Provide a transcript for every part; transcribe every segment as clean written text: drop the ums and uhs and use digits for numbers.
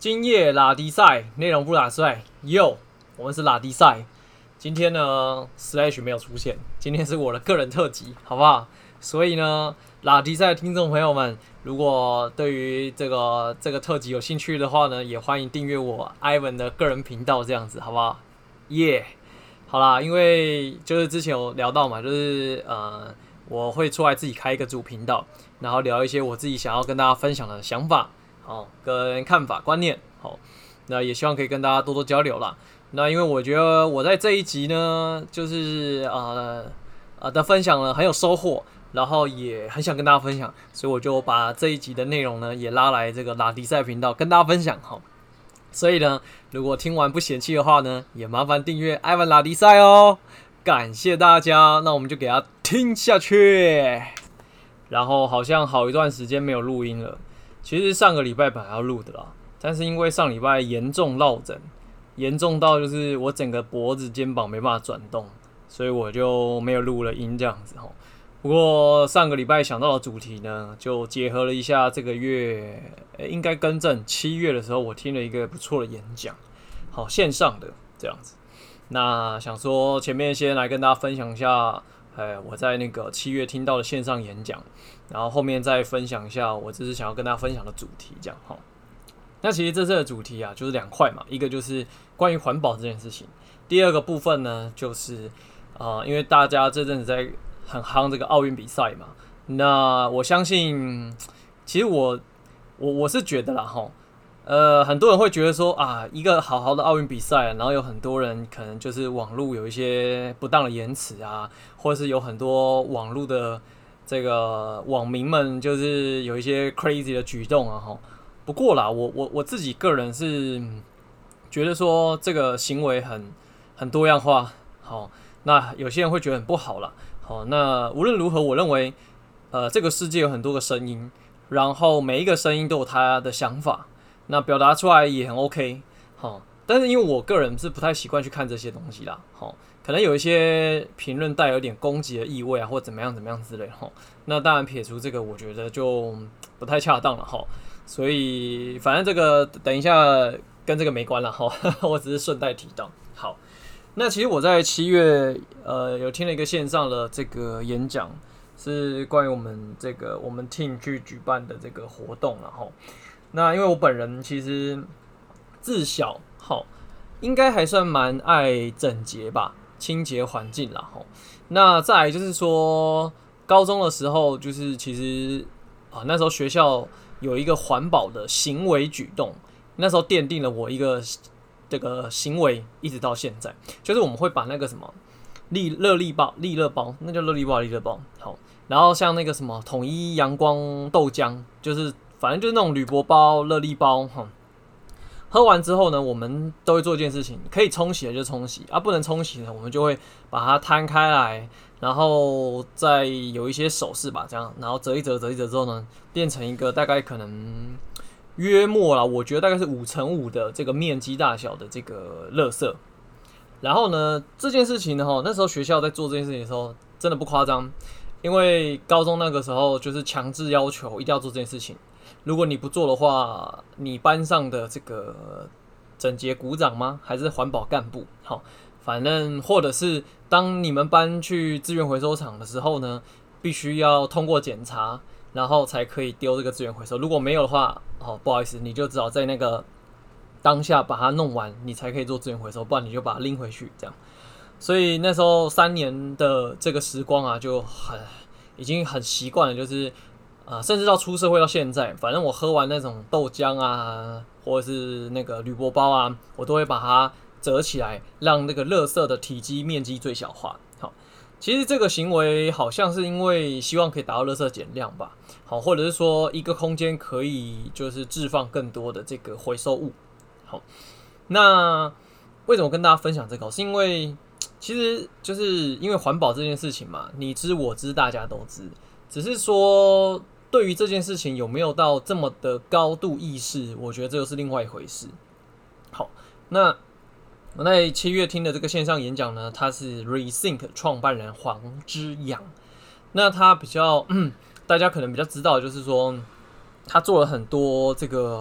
今夜拉迪赛，内容不拉帅。yo， 我们是拉迪赛。今天呢，Slash 没有出现，今天是我的个人特辑，好不好？所以呢，拉迪赛的听众朋友们，如果对于这个特辑有兴趣的话呢，也欢迎订阅我 Ivan 的个人频道，这样子，好不好？耶、好啦，因为就是之前有聊到嘛，就是我会出来自己开一个主频道，然后聊一些我自己想要跟大家分享的想法，跟看法、观念，那也希望可以跟大家多多交流啦。那因为我觉得我在这一集呢，就是的分享呢很有收获，然后也很想跟大家分享，所以我就把这一集的内容呢也拉来这个拉迪赛频道跟大家分享哈。所以呢，如果听完不嫌弃的话呢，也麻烦订阅艾文拉迪赛哦，感谢大家。那我们就给他听下去。然后好像好一段时间没有录音了，其实上个礼拜本来要录的啦，但是因为上礼拜严重落枕，严重到就是我整个脖子、肩膀没办法转动，所以我就没有录了音这样子吼。不过上个礼拜想到的主题呢，就结合了一下这个月，应该更正7月的时候，我听了一个不错的演讲，好线上的这样子。那想说前面先来跟大家分享一下，我在那个7月听到的线上演讲，然后后面再分享一下我这次想要跟大家分享的主题，这样哈。那其实这次的主题啊，就是2块嘛，一个就是关于环保这件事情，第二个部分呢，就是因为大家这阵子在很夯这个奥运比赛嘛，那我相信，其实我是觉得啦哈，很多人会觉得说啊，一个好好的奥运比赛，然后有很多人可能就是网络有一些不当的言辞啊，或者是有很多网络的这个网民们就是有一些 crazy 的举动啊哈。不过啦，我自己个人是觉得说这个行为很多样化，好，那有些人会觉得很不好啦。好，那无论如何，我认为，这个世界有很多个声音，然后每一个声音都有他的想法，那表达出来也很 OK。好，但是因为我个人是不太习惯去看这些东西啦，好，可能有一些评论带有点攻击的意味啊，或怎么样之类的，哈。那当然撇除这个，我觉得就不太恰当了，哈。所以反正这个等一下跟这个没关了，哈，我只是顺带提到。好。那其实我在7月有听了一个线上的这个演讲，是关于我们team 去举办的这个活动，然后那因为我本人其实自小应该还算蛮爱整洁吧，清洁环境啦吼。那再来就是说高中的时候，就是其实那时候学校有一个环保的行为举动，那时候奠定了我一个这个行为一直到现在，就是我们会把那个什么利乐包，那叫乐利包，好，然后像那个什么统一阳光豆浆，就是反正就是那种铝箔包、乐利包，喝完之后呢，我们都会做一件事情，可以冲洗的就冲洗，不能冲洗呢，我们就会把它摊开来，然后再有一些手势吧，这样，然后折一折之后呢，变成一个大概可能约莫啦，我觉得大概是5×5的这个面积大小的这个垃圾。然后呢，这件事情呢，那时候学校在做这件事情的时候，真的不夸张，因为高中那个时候就是强制要求一定要做这件事情。如果你不做的话，你班上的这个整洁股长吗？还是环保干部？好，反正或者是当你们班去资源回收厂的时候呢，必须要通过检查。然后才可以丢这个资源回收。如果没有的话，不好意思，你就只好在那个当下把它弄完，你才可以做资源回收，不然你就把它拎回去这样。所以那时候3年的这个时光啊，就已经很习惯了，就是甚至到出社会到现在，反正我喝完那种豆浆啊，或者是那个铝箔包啊，我都会把它折起来，让那个垃圾的体积面积最小化。好。其实这个行为好像是因为希望可以达到垃圾减量吧，好，或者是说一个空间可以就是置放更多的这个回收物。好，那为什么跟大家分享这个？是因为其实就是因为环保这件事情嘛，你知我知，大家都知，只是说对于这件事情有没有到这么的高度意识，我觉得这又是另外一回事。好，那我在7月听的这个线上演讲呢，他是 Rethink 创办人黄之阳。那他比较大家可能比较知道，就是说他做了很多这个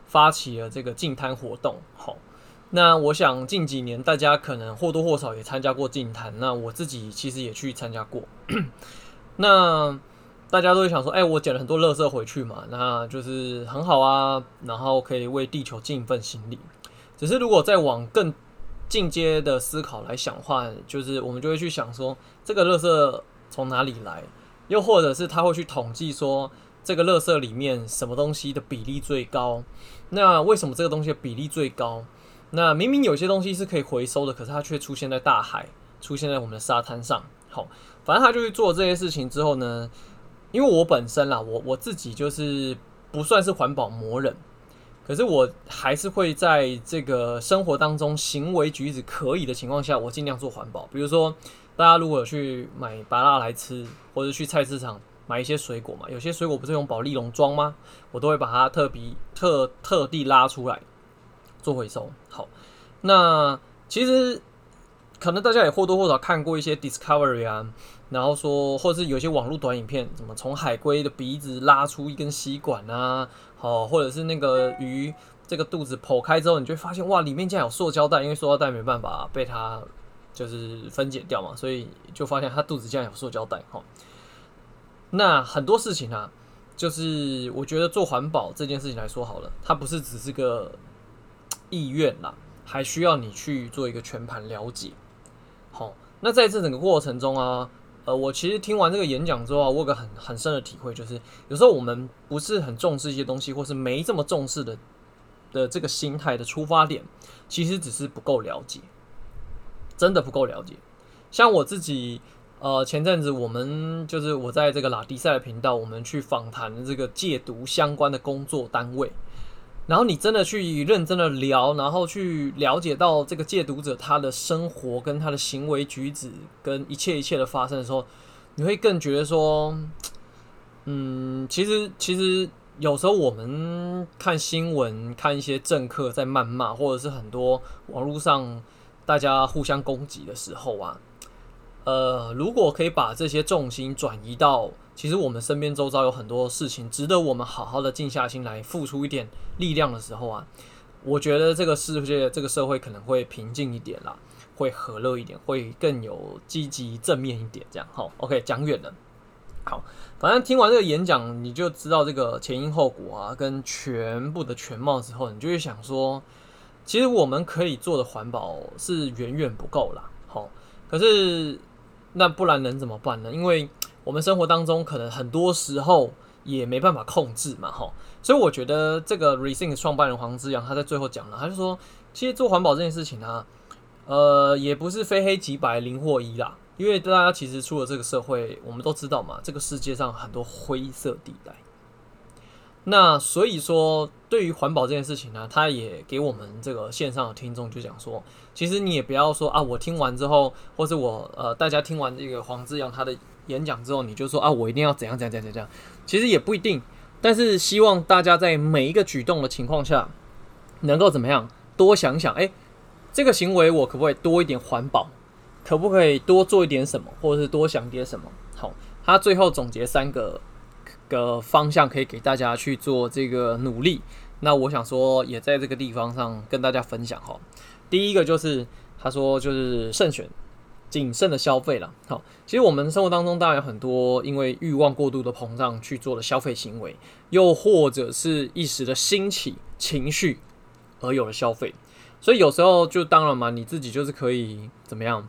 发起了这个净滩活动。好，那我想近几年大家可能或多或少也参加过净滩，那我自己其实也去参加过。那大家都会想说，我捡了很多垃圾回去嘛，那就是很好啊，然后可以为地球尽一份心力。只是如果再往更进阶的思考来想的话，就是我们就会去想说，这个垃圾从哪里来，又或者是他会去统计说，这个垃圾里面什么东西的比例最高？那为什么这个东西的比例最高？那明明有些东西是可以回收的，可是它却出现在大海，出现在我们的沙滩上。好，反正他就去做这些事情之后呢，因为我本身啦，我自己就是不算是环保魔人，可是我还是会在这个生活当中行为举止可以的情况下，我尽量做环保。比如说，大家如果有去买芭乐来吃，或者去菜市场买一些水果嘛，有些水果不是用保丽龙装吗？我都会把它特地拉出来做回收。好，那其实可能大家也或多或少看过一些 Discovery 啊，然后说，或是有些网络短影片，什么从海龟的鼻子拉出一根吸管啊，或者是那个鱼这个肚子剖开之后，你就会发现哇，里面竟然有塑胶袋，因为塑胶袋没办法被它就是分解掉嘛，所以就发现它肚子竟然有塑胶袋。那很多事情啊，就是我觉得做环保这件事情来说好了，它不是只是个意愿啦，还需要你去做一个全盘了解。好，那在这整个过程中啊，我其实听完这个演讲之后啊，我有个很深的体会，就是有时候我们不是很重视一些东西，或是没这么重视的这个心态的出发点，其实只是不够了解，真的不够了解。像我自己，前阵子我在这个拉迪赛的频道，我们去访谈这个戒毒相关的工作单位。然后你真的去认真的聊，然后去了解到这个戒毒者他的生活跟他的行为举止跟一切的发生的时候，你会更觉得说，其实有时候我们看新闻，看一些政客在谩骂，或者是很多网络上大家互相攻击的时候啊，如果可以把这些重心转移到，其实我们身边周遭有很多事情值得我们好好的静下心来付出一点力量的时候啊，我觉得这个世界这个社会可能会平静一点啦，会和乐一点，会更有积极正面一点这样。好 ，OK， 讲远了。好，反正听完这个演讲，你就知道这个前因后果啊，跟全部的全貌之后，你就会想说，其实我们可以做的环保是远远不够啦。好，可是那不然能怎么办呢？因为我们生活当中可能很多时候也没办法控制嘛，所以我觉得这个 Rethink 创办人黄之阳他在最后讲了，他就说，其实做环保这件事情啊，也不是非黑即白零或一啦，因为大家其实出了这个社会，我们都知道嘛，这个世界上很多灰色地带。那所以说，对于环保这件事情呢，他也给我们这个线上的听众就讲说，其实你也不要说啊，我听完之后，或是大家听完这个黄之阳他的演讲之后，你就说啊，我一定要怎样，其实也不一定。但是希望大家在每一个举动的情况下，能够怎么样，多想想，这个行为我可不可以多一点环保？可不可以多做一点什么，或者是多想点什么？好，他最后总结3个方向，可以给大家去做这个努力。那我想说，也在这个地方上跟大家分享哈。第一个就是他说，就是慎选、谨慎的消费啦。好，其实我们生活当中当然有很多因为欲望过度的膨胀去做的消费行为，又或者是一时的兴起情绪而有的消费。所以有时候就当然嘛，你自己就是可以怎么样？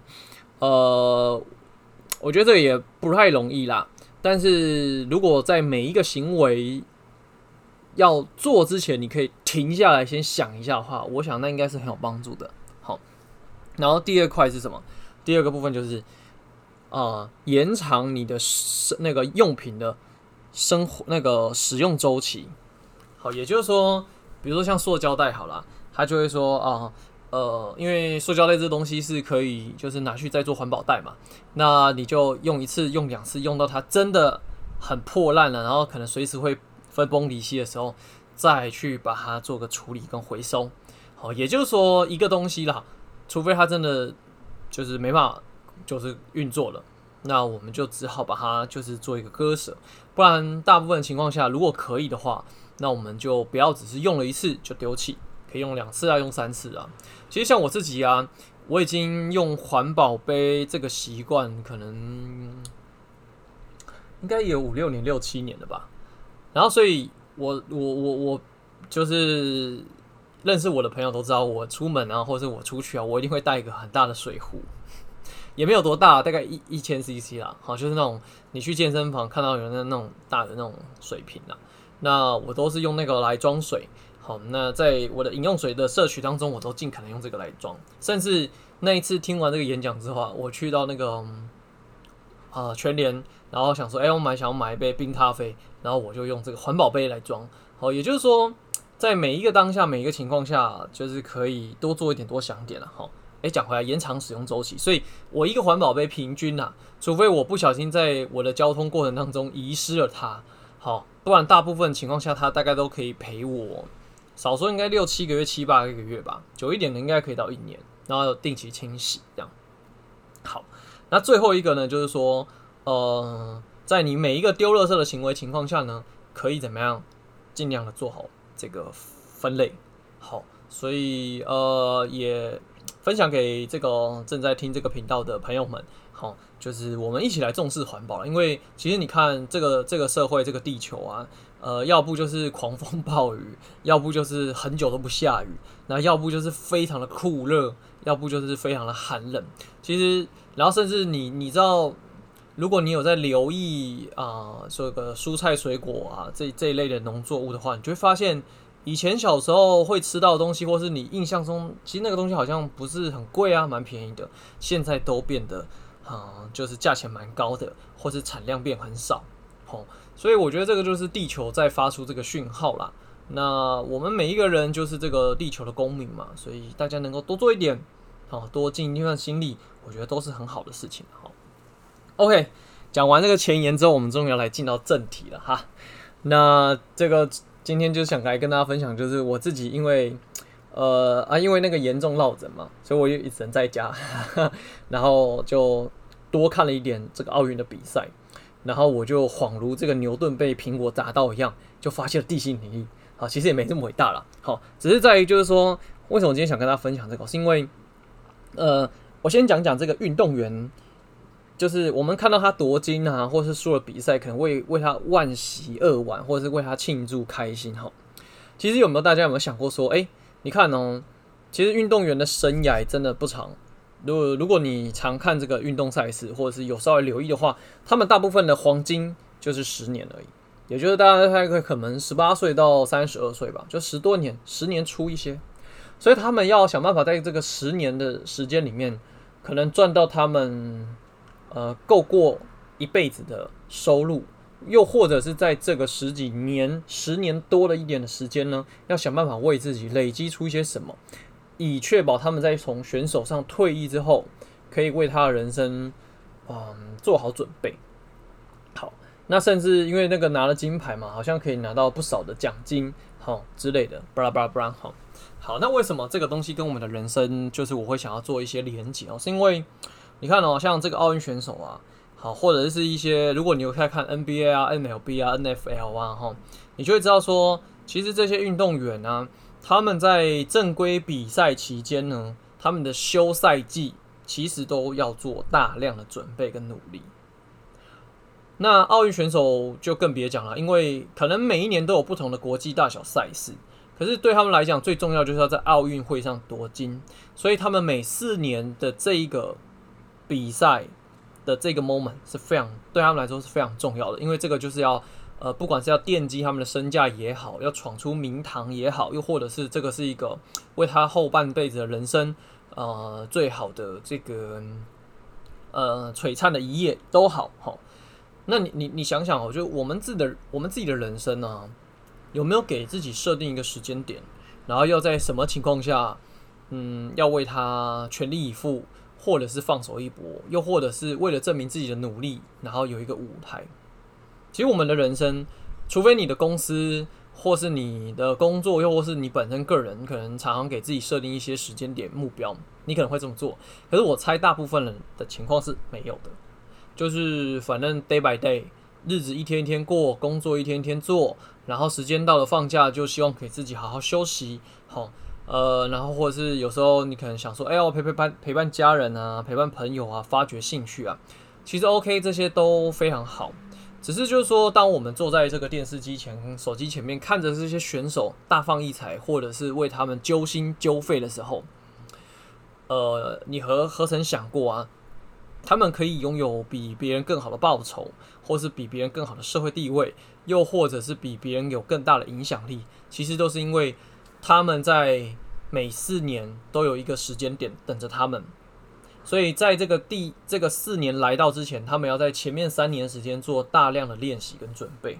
我觉得这个也不太容易啦。但是如果在每一个行为要做之前，你可以停下来先想一下的话，我想那应该是很有帮助的。好，然后第二块是什么？第二个部分就是延长你的那个用品的生活那个使用周期。好，也就是说，比如说像塑胶袋好了，他就会说因为塑胶袋这东西是可以就是拿去再做环保袋嘛，那你就用1次、用2次，用到它真的很破烂了，然后可能随时会分崩离析的时候，再去把它做个处理跟回收。好，也就是说一个东西啦，除非它真的就是没办法就是运作了，那我们就只好把它就是做一个割舍，不然大部分情况下，如果可以的话， 那我们就不要只是用了一次就丢弃，可以用2次啊，用3次啊。其实像我自己啊，我已经用环保杯这个习惯，可能应该也有5、6年、6、7年了吧。然后，所以我就是认识我的朋友都知道，我出门啊，或者是我出去啊，我一定会带一个很大的水壶，也没有多大，大概1000cc 啦。好，就是那种你去健身房看到有那种大的那种水瓶啦。那我都是用那个来装水。好，那在我的饮用水的摄取当中，我都尽可能用这个来装。甚至那一次听完这个演讲之后，我去到那个全联，然后想说，我想要买一杯冰咖啡，然后我就用这个环保杯来装。好，也就是说，在每一个当下、每一个情况下，就是可以多做一点、多想点了。好，讲回来，延长使用周期，所以我一个环保杯平均啊，除非我不小心在我的交通过程当中遗失了它，好，不然大部分情况下，它大概都可以陪我。少说应该6、7个月、7、8个月吧，久一点的应该可以到1年，然后定期清洗这样。好，那最后一个呢，就是说，在你每一个丢垃圾的行为情况下呢，可以怎么样，尽量的做好这个分类。好，所以也分享给这个正在听这个频道的朋友们。好，就是我们一起来重视环保了，因为其实你看这个社会，这个地球啊。要不就是狂风暴雨，要不就是很久都不下雨，那要不就是非常的酷热，要不就是非常的寒冷。其实，然后甚至你知道，如果你有在留意这个蔬菜水果啊这一类的农作物的话，你就会发现，以前小时候会吃到的东西，或是你印象中，其实那个东西好像不是很贵啊，蛮便宜的，现在都变得就是价钱蛮高的，或是产量变很少。所以我觉得这个就是地球在发出这个讯号啦。那我们每一个人就是这个地球的公民嘛，所以大家能够多做一点，多尽一份心力，我觉得都是很好的事情。OK， 讲完这个前言之后，我们终于要来进到正题了哈。那这个今天就想来跟大家分享，就是我自己因为那个严重落枕嘛，所以我也只能在家，然后就多看了一点这个奥运的比赛。然后我就恍如这个牛顿被苹果砸到一样，就发现了地心引力。好，其实也没这么伟大啦。好，只是在于就是说，为什么我今天想跟大家分享这个，是因为我先讲讲这个运动员，就是我们看到他夺金啊，或是输了比赛，可能为他惋惜扼腕，或者是为他庆祝开心。哈，其实大家有没有想过说，你看哦，其实运动员的生涯真的不长。如果你常看这个运动赛事，或者是有稍微留意的话，他们大部分的黄金就是10年而已，也就是大概可能18岁到32岁吧，就10多年，10年出一些，所以他们要想办法在这个10年的时间里面，可能赚到他们够过一辈子的收入，又或者是在这个10几年、10年多了一点的时间呢，要想办法为自己累积出一些什么。以确保他们在从选手上退役之后，可以为他的人生，做好准备。好，那甚至因为那个拿了金牌嘛，好像可以拿到不少的奖金，之类的，巴拉巴拉巴拉。好，那为什么这个东西跟我们的人生，就是我会想要做一些连结是因为你看像这个奥运选手啊，好，或者是一些如果你有在看 NBA 啊、MLB 啊、NFL 啊，你就会知道说，其实这些运动员啊。他们在正规比赛期间呢，他们的休赛季其实都要做大量的准备跟努力。那奥运选手就更别讲了，因为可能每一年都有不同的国际大小赛事，可是对他们来讲，最重要就是要在奥运会上夺金，所以他们每4年的这一个比赛的这个 moment 是非常对他们来说是非常重要的，因为这个就是要。不管是要奠基他们的身价也好，要闯出名堂也好，又或者是这个是一个为他后半辈子的人生，最好的这个璀璨的一页都好。那你想想就我们自己的人生啊，有没有给自己设定一个时间点，然后要在什么情况下，要为他全力以赴，或者是放手一搏，又或者是为了证明自己的努力，然后有一个舞台。其实我们的人生，除非你的公司或是你的工作，又或是你本身个人，可能常常给自己设定一些时间点目标，你可能会这么做。可是我猜大部分人的情况是没有的，就是反正 day by day， 日子一天一天过，工作一天一天做，然后时间到了放假就希望给自己好好休息，好，然后或者是有时候你可能想说，我陪伴家人啊，陪伴朋友啊，发掘兴趣啊，其实 OK 这些都非常好。只是就是说，当我们坐在这个电视机前、手机前面，看着这些选手大放异彩，或者是为他们揪心揪肺的时候，你何曾想过啊？他们可以拥有比别人更好的报酬，或是比别人更好的社会地位，又或者是比别人有更大的影响力，其实都是因为他们在每4年都有一个时间点等着他们。所以在这个4年来到之前，他们要在前面3年的时间做大量的练习跟准备，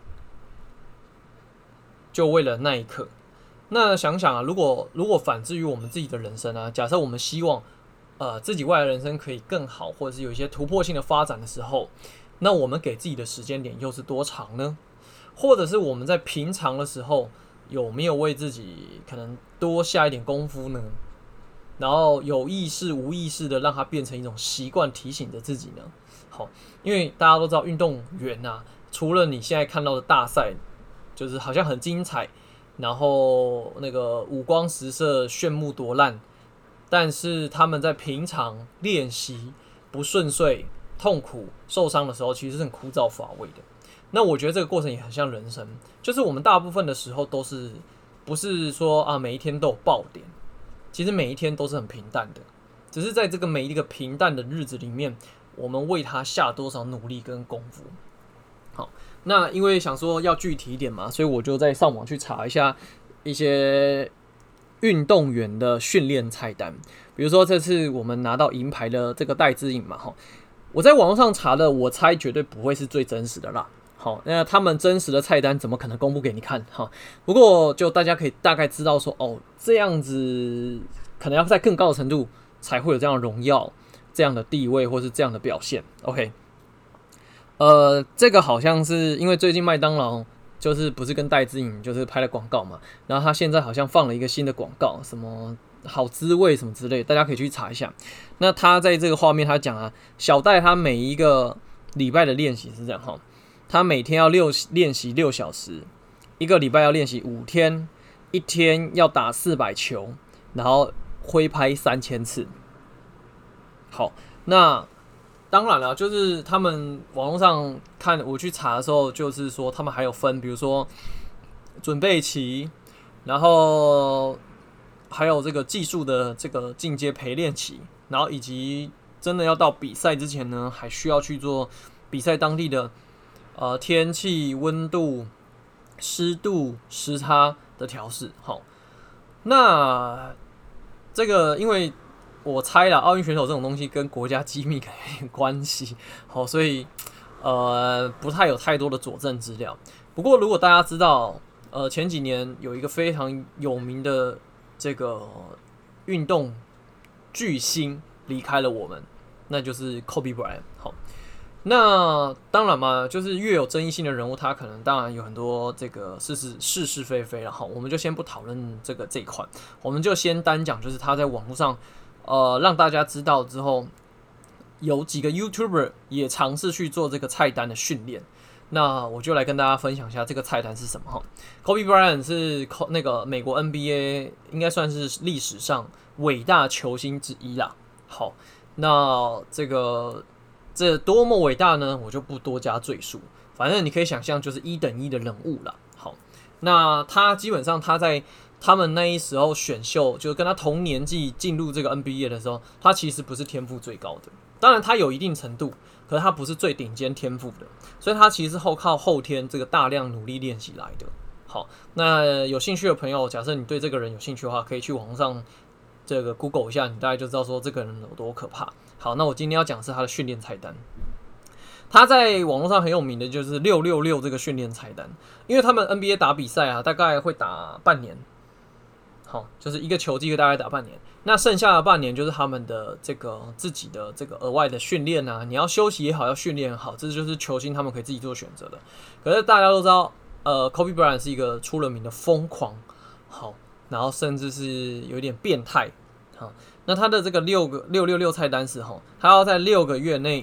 就为了那一刻。那想想啊，如果反之于我们自己的人生啊，假设我们希望自己未来的人生可以更好，或者是有一些突破性的发展的时候，那我们给自己的时间点又是多长呢？或者是我们在平常的时候有没有为自己可能多下一点功夫呢？然后有意识无意识的让它变成一种习惯，提醒着自己呢。好，因为大家都知道运动员啊，除了你现在看到的大赛，就是好像很精彩，然后那个五光十色、炫目夺烂，但是他们在平常练习不顺遂、痛苦、受伤的时候，其实是很枯燥乏味的。那我觉得这个过程也很像人生，就是我们大部分的时候都是不是说啊每一天都有爆点。其实每一天都是很平淡的，只是在这个每一个平淡的日子里面，我们为它下多少努力跟功夫。好，那因为想说要具体一点嘛，所以我就在上网去查一下一些运动员的训练菜单。比如说这次我们拿到银牌的这个戴资颖嘛，我在网络上查的，我猜绝对不会是最真实的啦。好，那他们真实的菜单怎么可能公布给你看？哈，不过就大家可以大概知道说，这样子可能要在更高的程度才会有这样的荣耀、这样的地位或是这样的表现。OK， 这个好像是因为最近麦当劳就是不是跟戴资颖就是拍了广告嘛，然后他现在好像放了一个新的广告，什么好滋味什么之类的，大家可以去查一下。那他在这个画面他讲啊，小戴他每一个礼拜的练习是这样哈。他每天要练习6小时，一个礼拜要练习5天，一天要打400球，然后挥拍3000次。好，那当然了，就是他们网络上看我去查的时候，就是说他们还有分，比如说准备期，然后还有这个技术的这个进阶陪练期，然后以及真的要到比赛之前呢，还需要去做比赛当地的天气、温度、湿度、时差的调试。好，那这个因为我猜啦，奥运选手这种东西跟国家机密可能有点关系，好，所以不太有太多的佐证资料。不过如果大家知道，前几年有一个非常有名的这个运动巨星离开了我们，那就是 Kobe Bryant。好。那当然嘛，就是越有争议性的人物，他可能当然有很多这个是是非非了哈，我们就先不讨论这一块，我们就先单讲，就是他在网络上让大家知道之后，有几个 YouTuber 也尝试去做这个菜单的训练。那我就来跟大家分享一下这个菜单是什么哈。Kobe Bryant 是那个美国 NBA 应该算是历史上伟大球星之一啦。好，那这多么伟大呢？我就不多加赘述。反正你可以想象，就是1等1的人物啦。好，那他基本上他在他们那一时候选秀，就跟他同年纪进入这个 NBA 的时候，他其实不是天赋最高的。当然他有一定程度，可是他不是最顶尖天赋的，所以他其实是靠后天这个大量努力练习来的。好，那有兴趣的朋友，假设你对这个人有兴趣的话，可以去网上这个 Google 一下，你大概就知道说这个人有多可怕。好，那我今天要讲的是他的训练菜单。他在网络上很有名的就是666这个训练菜单，因为他们 NBA 打比赛啊，大概会打半年，好，就是一个球季大概打半年，那剩下的半年就是他们的这个自己的这个额外的训练啊，你要休息也好，要训练也好，这就是球星他们可以自己做选择的。可是大家都知道，Kobe Bryant 是一个出了名的疯狂，好，然后甚至是有点变态，好，那他的这个666菜单是他要在6个月内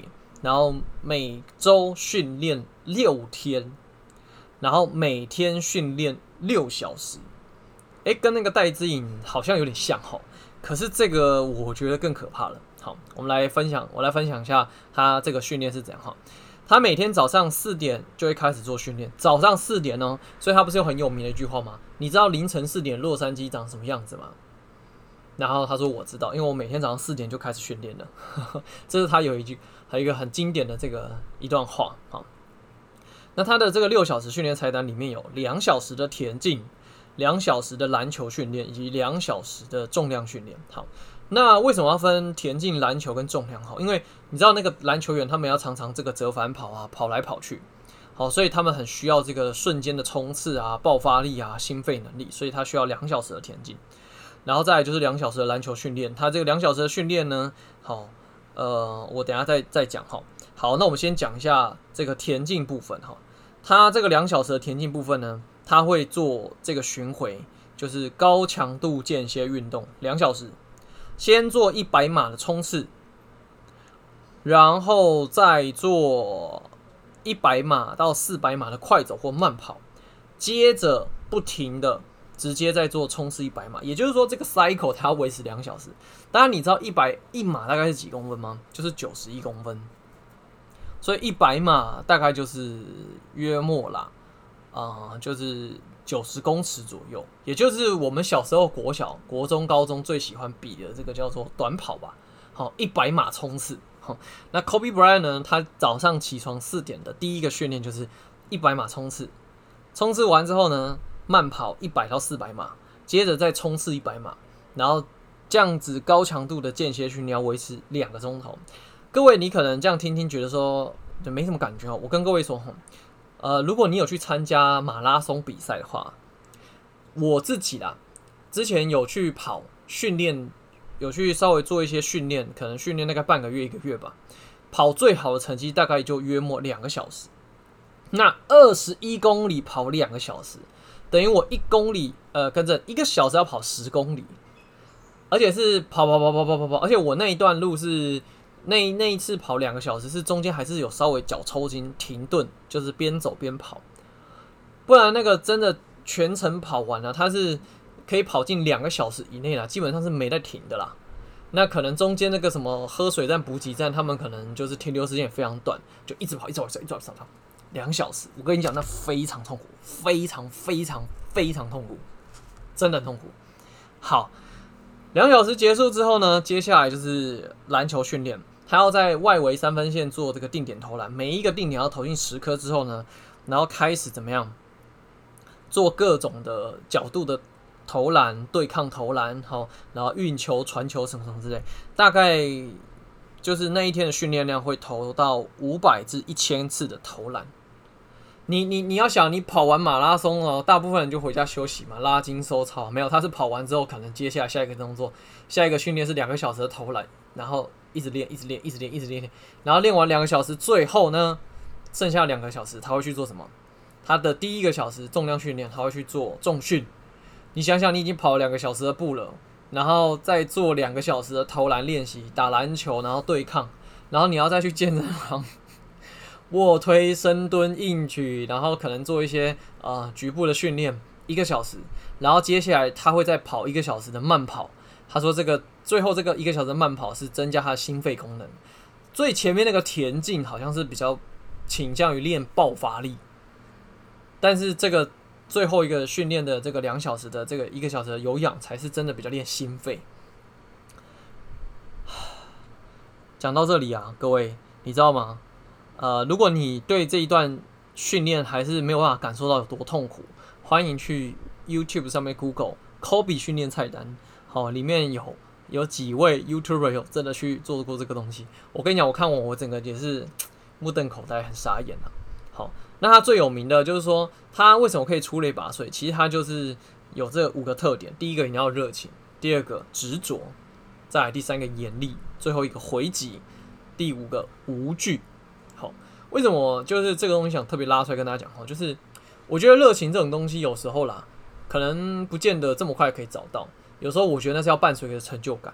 然后每周训练6天，然后每天训练6小时。跟那个戴资颖好像有点像齁，可是这个我觉得更可怕了。好，我来分享一下他这个训练是怎样哈。他每天早上4点就会开始做训练，早上4点哦，所以他不是有很有名的一句话吗？你知道凌晨4点洛杉矶长什么样子吗？然后他说我知道，因为我每天早上4点就开始训练了。这是他有一个很经典的一段话。好，那他的这个6小时训练菜单里面有2小时的田径，2小时的篮球训练，以及2小时的重量训练。好，那为什么要分田径、篮球跟重量？好，因为你知道那个篮球员他们要常常这个折返跑啊，跑来跑去，好，所以他们很需要这个瞬间的冲刺啊、爆发力啊、心肺能力，所以他需要2小时的田径，然后再来就是2小时的篮球训练。他这个2小时的训练呢，好，我等一下再讲哈。好，那我们先讲一下这个田径部分哈。他这个2小时的田径部分呢，他会做这个巡回，就是高强度间歇运动2小时，先做100码的冲刺，然后再做100码到400码的快走或慢跑，接着不停的直接再做冲刺100码，也就是说这个 cycle 它要维持2小时。当然你知道1码大概是几公分吗？就是91公分，所以100码大概就是约莫啦，就是90公尺左右，也就是我们小时候国小、国中、高中最喜欢比的这个叫做短跑吧。好，100码冲刺。那 Kobe Bryant 呢？他早上起床4点的第一个训练就是100码冲刺，冲刺完之后呢，慢跑100到400码，接着再冲刺100码，然后这样子高强度的间歇训练要维持2个钟头。各位，你可能这样听听觉得说就没什么感觉哦。我跟各位说，如果你有去参加马拉松比赛的话，我自己啦，之前有去跑训练。有去稍微做一些训练，可能训练大概半个月、1个月吧。跑最好的成绩大概就约莫2个小时。那21公里跑2个小时，等于我1公里跟着1个小时要跑10公里，而且是跑，而且我那一段路是那一次跑2个小时，是中间还是有稍微脚抽筋停顿，就是边走边跑，不然那个真的全程跑完了，它是可以跑进2个小时以内啦，基本上是没在停的啦。那可能中间那个什么喝水站、补给站，他们可能就是停留时间也非常短，就一直跑，2小时。我跟你讲，那非常痛苦，非常痛苦，真的很痛苦。好，2小时结束之后呢，接下来就是篮球训练，他要在外围3分线做这个定点投篮，每一个定点要投进10颗之后呢，然后开始怎么样做各种的角度的投篮、对抗投篮，然后运球、传球什么之类，大概就是那一天的训练量会投到500至1000次的投篮。你要想，你跑完马拉松哦，大部分人就回家休息嘛，拉筋收操。没有，他是跑完之后，可能接下来下一个动作、下一个训练是2个小时的投篮，然后一直练，然后练完2个小时，最后呢，剩下2个小时他会去做什么？他的第1个小时重量训练，他会去做重训。你想想，你已经跑了2个小时的步了，然后再做2个小时的投篮练习、打篮球，然后对抗，然后你要再去健身房卧推、深蹲、硬举，然后可能做一些局部的训练1个小时，然后接下来他会再跑1个小时的慢跑。他说最后这个1个小时的慢跑是增加他的心肺功能。最前面那个田径好像是比较倾向于练爆发力，但是这个最后一个训练的这个2小时的这个1个小时的有氧才是真的比较练心肺。讲到这里啊，各位你知道吗？如果你对这一段训练还是没有办法感受到有多痛苦，欢迎去 YouTube 上面 Google Kobe 训练菜单，好，里面有几位 YouTuber 有真的去做过这个东西。我跟你讲，我看我整个也是目瞪口呆，很傻眼啊。好，那他最有名的就是说，他为什么可以出类拔萃？其实他就是有这5个特点：第一个你要热情，第2个执着，再来第3个严厉，最后一个回击，第5个无惧。好，为什么就是这个东西想特别拉出来跟大家讲？就是我觉得热情这种东西有时候啦，可能不见得这么快可以找到，有时候我觉得那是要伴随着成就感。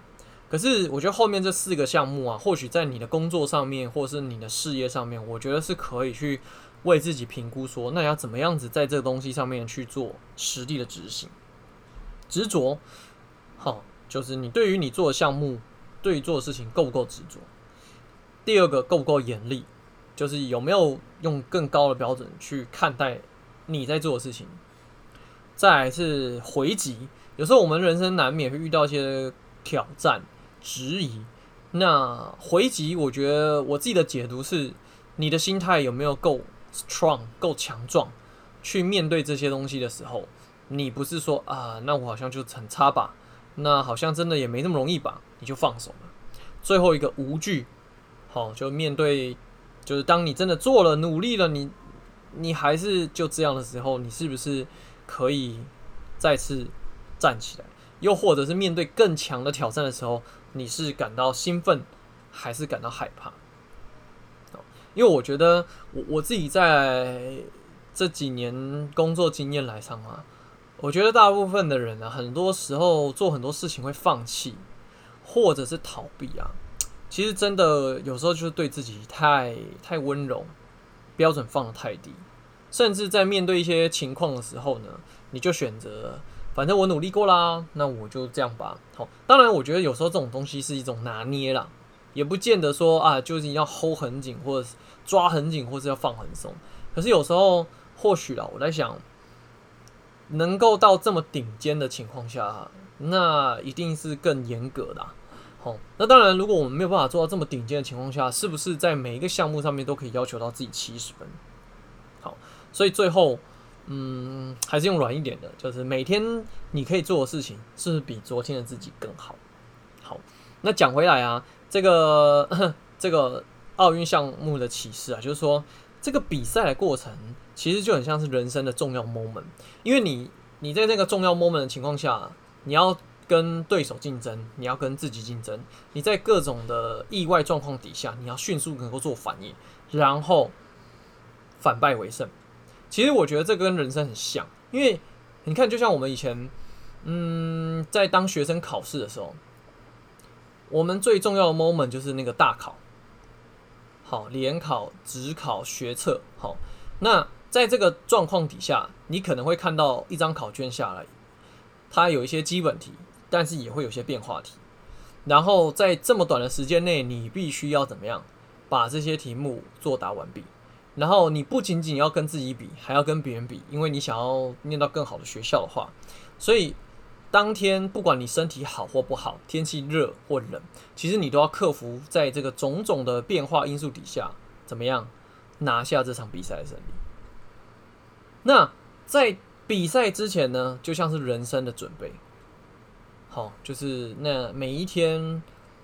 可是我觉得后面这4个项目啊，或许在你的工作上面，或是你的事业上面，我觉得是可以去为自己评估说，那要怎么样子在这个东西上面去做实地的执行。执着，好，就是你对于你做的项目，对于做的事情够不够执着。第二个，够不够严厉，就是有没有用更高的标准去看待你在做的事情。再来是回击，有时候我们人生难免会遇到一些挑战、质疑。那回击，我觉得我自己的解读是，你的心态有没有够 strong、够强壮，去面对这些东西的时候，你不是说啊，那我好像就很差吧，那好像真的也没那么容易吧，你就放手了。最后一个无惧，好，就面对，就是当你真的做了、努力了，你还是就这样的时候，你是不是可以再次站起来？又或者是面对更强的挑战的时候，你是感到兴奋，还是感到害怕？因为我觉得我自己在这几年工作经验来上啊，我觉得大部分的人啊，很多时候做很多事情会放弃，或者是逃避啊。其实真的有时候就是对自己太温柔，标准放得太低，甚至在面对一些情况的时候呢，你就选择反正我努力过啦，那我就这样吧。好，当然我觉得有时候这种东西是一种拿捏啦，也不见得说啊，就是要 hold 很紧，或者是抓很紧，或是要放很松。可是有时候或许啦，我在想，能够到这么顶尖的情况下，那一定是更严格的啊。好，那当然，如果我们没有办法做到这么顶尖的情况下，是不是在每一个项目上面都可以要求到自己70分？好，所以最后，还是用软一点的，就是每天你可以做的事情，是不是比昨天的自己更好？好，那讲回来啊，这个这个奥运项目的启示啊，就是说这个比赛的过程其实就很像是人生的重要 moment， 因为你在那个重要 moment 的情况下，你要跟对手竞争，你要跟自己竞争，你在各种的意外状况底下，你要迅速能够做反应，然后反败为胜。其实我觉得这跟人生很像，因为你看，就像我们以前，在当学生考试的时候，我们最重要的 moment 就是那个大考，好，联考、指考、学测，好，那在这个状况底下，你可能会看到一张考卷下来，它有一些基本题，但是也会有些变化题。然后在这么短的时间内，你必须要怎么样把这些题目作答完毕。然后你不仅仅要跟自己比，还要跟别人比，因为你想要念到更好的学校的话，所以当天不管你身体好或不好，天气热或冷，其实你都要克服在这个种种的变化因素底下，怎么样拿下这场比赛的胜利。那在比赛之前呢，就像是人生的准备，好，就是那每一天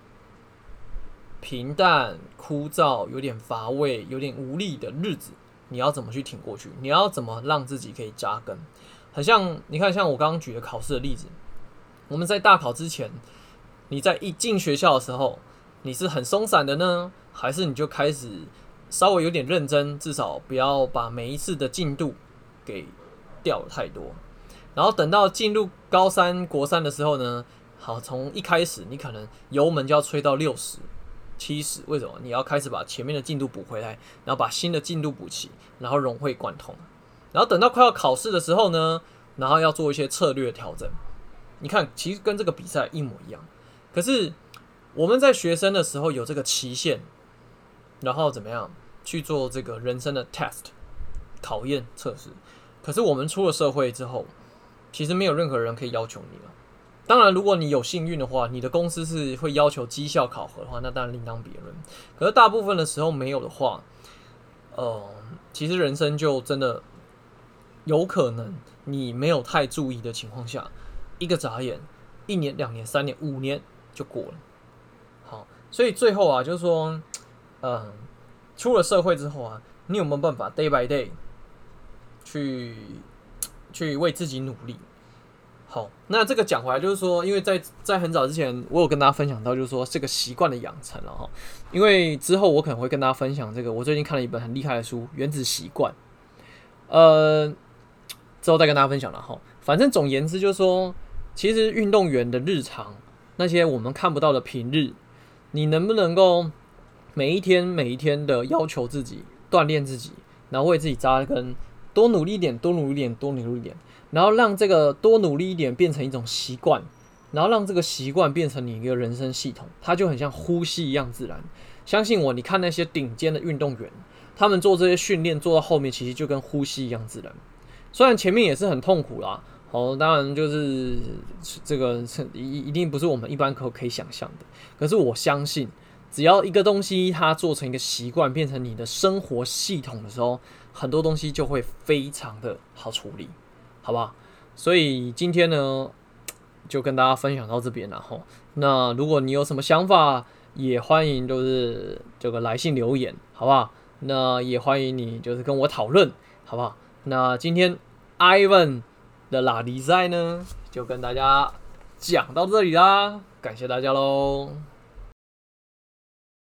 平淡、枯燥、有点乏味、有点无力的日子，你要怎么去挺过去？你要怎么让自己可以扎根？很像你看，像我刚刚举的考试的例子，我们在大考之前，你在一进学校的时候，你是很松散的呢，还是你就开始稍微有点认真，至少不要把每一次的进度给掉了太多？然后等到进入高三、国三的时候呢，好，从一开始你可能油门就要吹到60、70，为什么？你要开始把前面的进度补回来，然后把新的进度补齐，然后融会贯通。然后等到快要考试的时候呢，然后要做一些策略调整。你看，其实跟这个比赛一模一样。可是我们在学生的时候有这个期限，然后怎么样去做这个人生的 test 考验测试。可是我们出了社会之后，其实没有任何人可以要求你了。当然，如果你有幸运的话，你的公司是会要求绩效考核的话，那当然另当别论。可是大部分的时候没有的话，其实人生就真的有可能你没有太注意的情况下，一个眨眼，1年、2年、3年、5年就过了。好，所以最后啊，就是说，出了社会之后啊，你有没有办法 day by day 去为自己努力？好，那这个讲回来就是说，因为在很早之前，我有跟大家分享到，就是说这个习惯的养成了哈。因为之后我可能会跟大家分享这个，我最近看了一本很厉害的书《原子习惯》，之后再跟大家分享了哈。反正总言之就是说，其实运动员的日常那些我们看不到的平日，你能不能够每一天的要求自己，锻炼自己，然后为自己扎根，多努力一点，多努力一点，多努力一点，然后让这个多努力一点变成一种习惯，然后让这个习惯变成你一个人生系统，它就很像呼吸一样自然。相信我，你看那些顶尖的运动员，他们做这些训练做到后面，其实就跟呼吸一样自然。虽然前面也是很痛苦啦，当然就是这个一定不是我们一般可以想象的。可是我相信，只要一个东西它做成一个习惯，变成你的生活系统的时候，很多东西就会非常的好处理，好不好？所以今天呢，就跟大家分享到这边了哈。那如果你有什么想法，也欢迎就是这个来信留言，好不好？那也欢迎你就是跟我讨论，好不好？那今天 Ivan 的拉力赛呢，就跟大家讲到这里啦，感谢大家喽。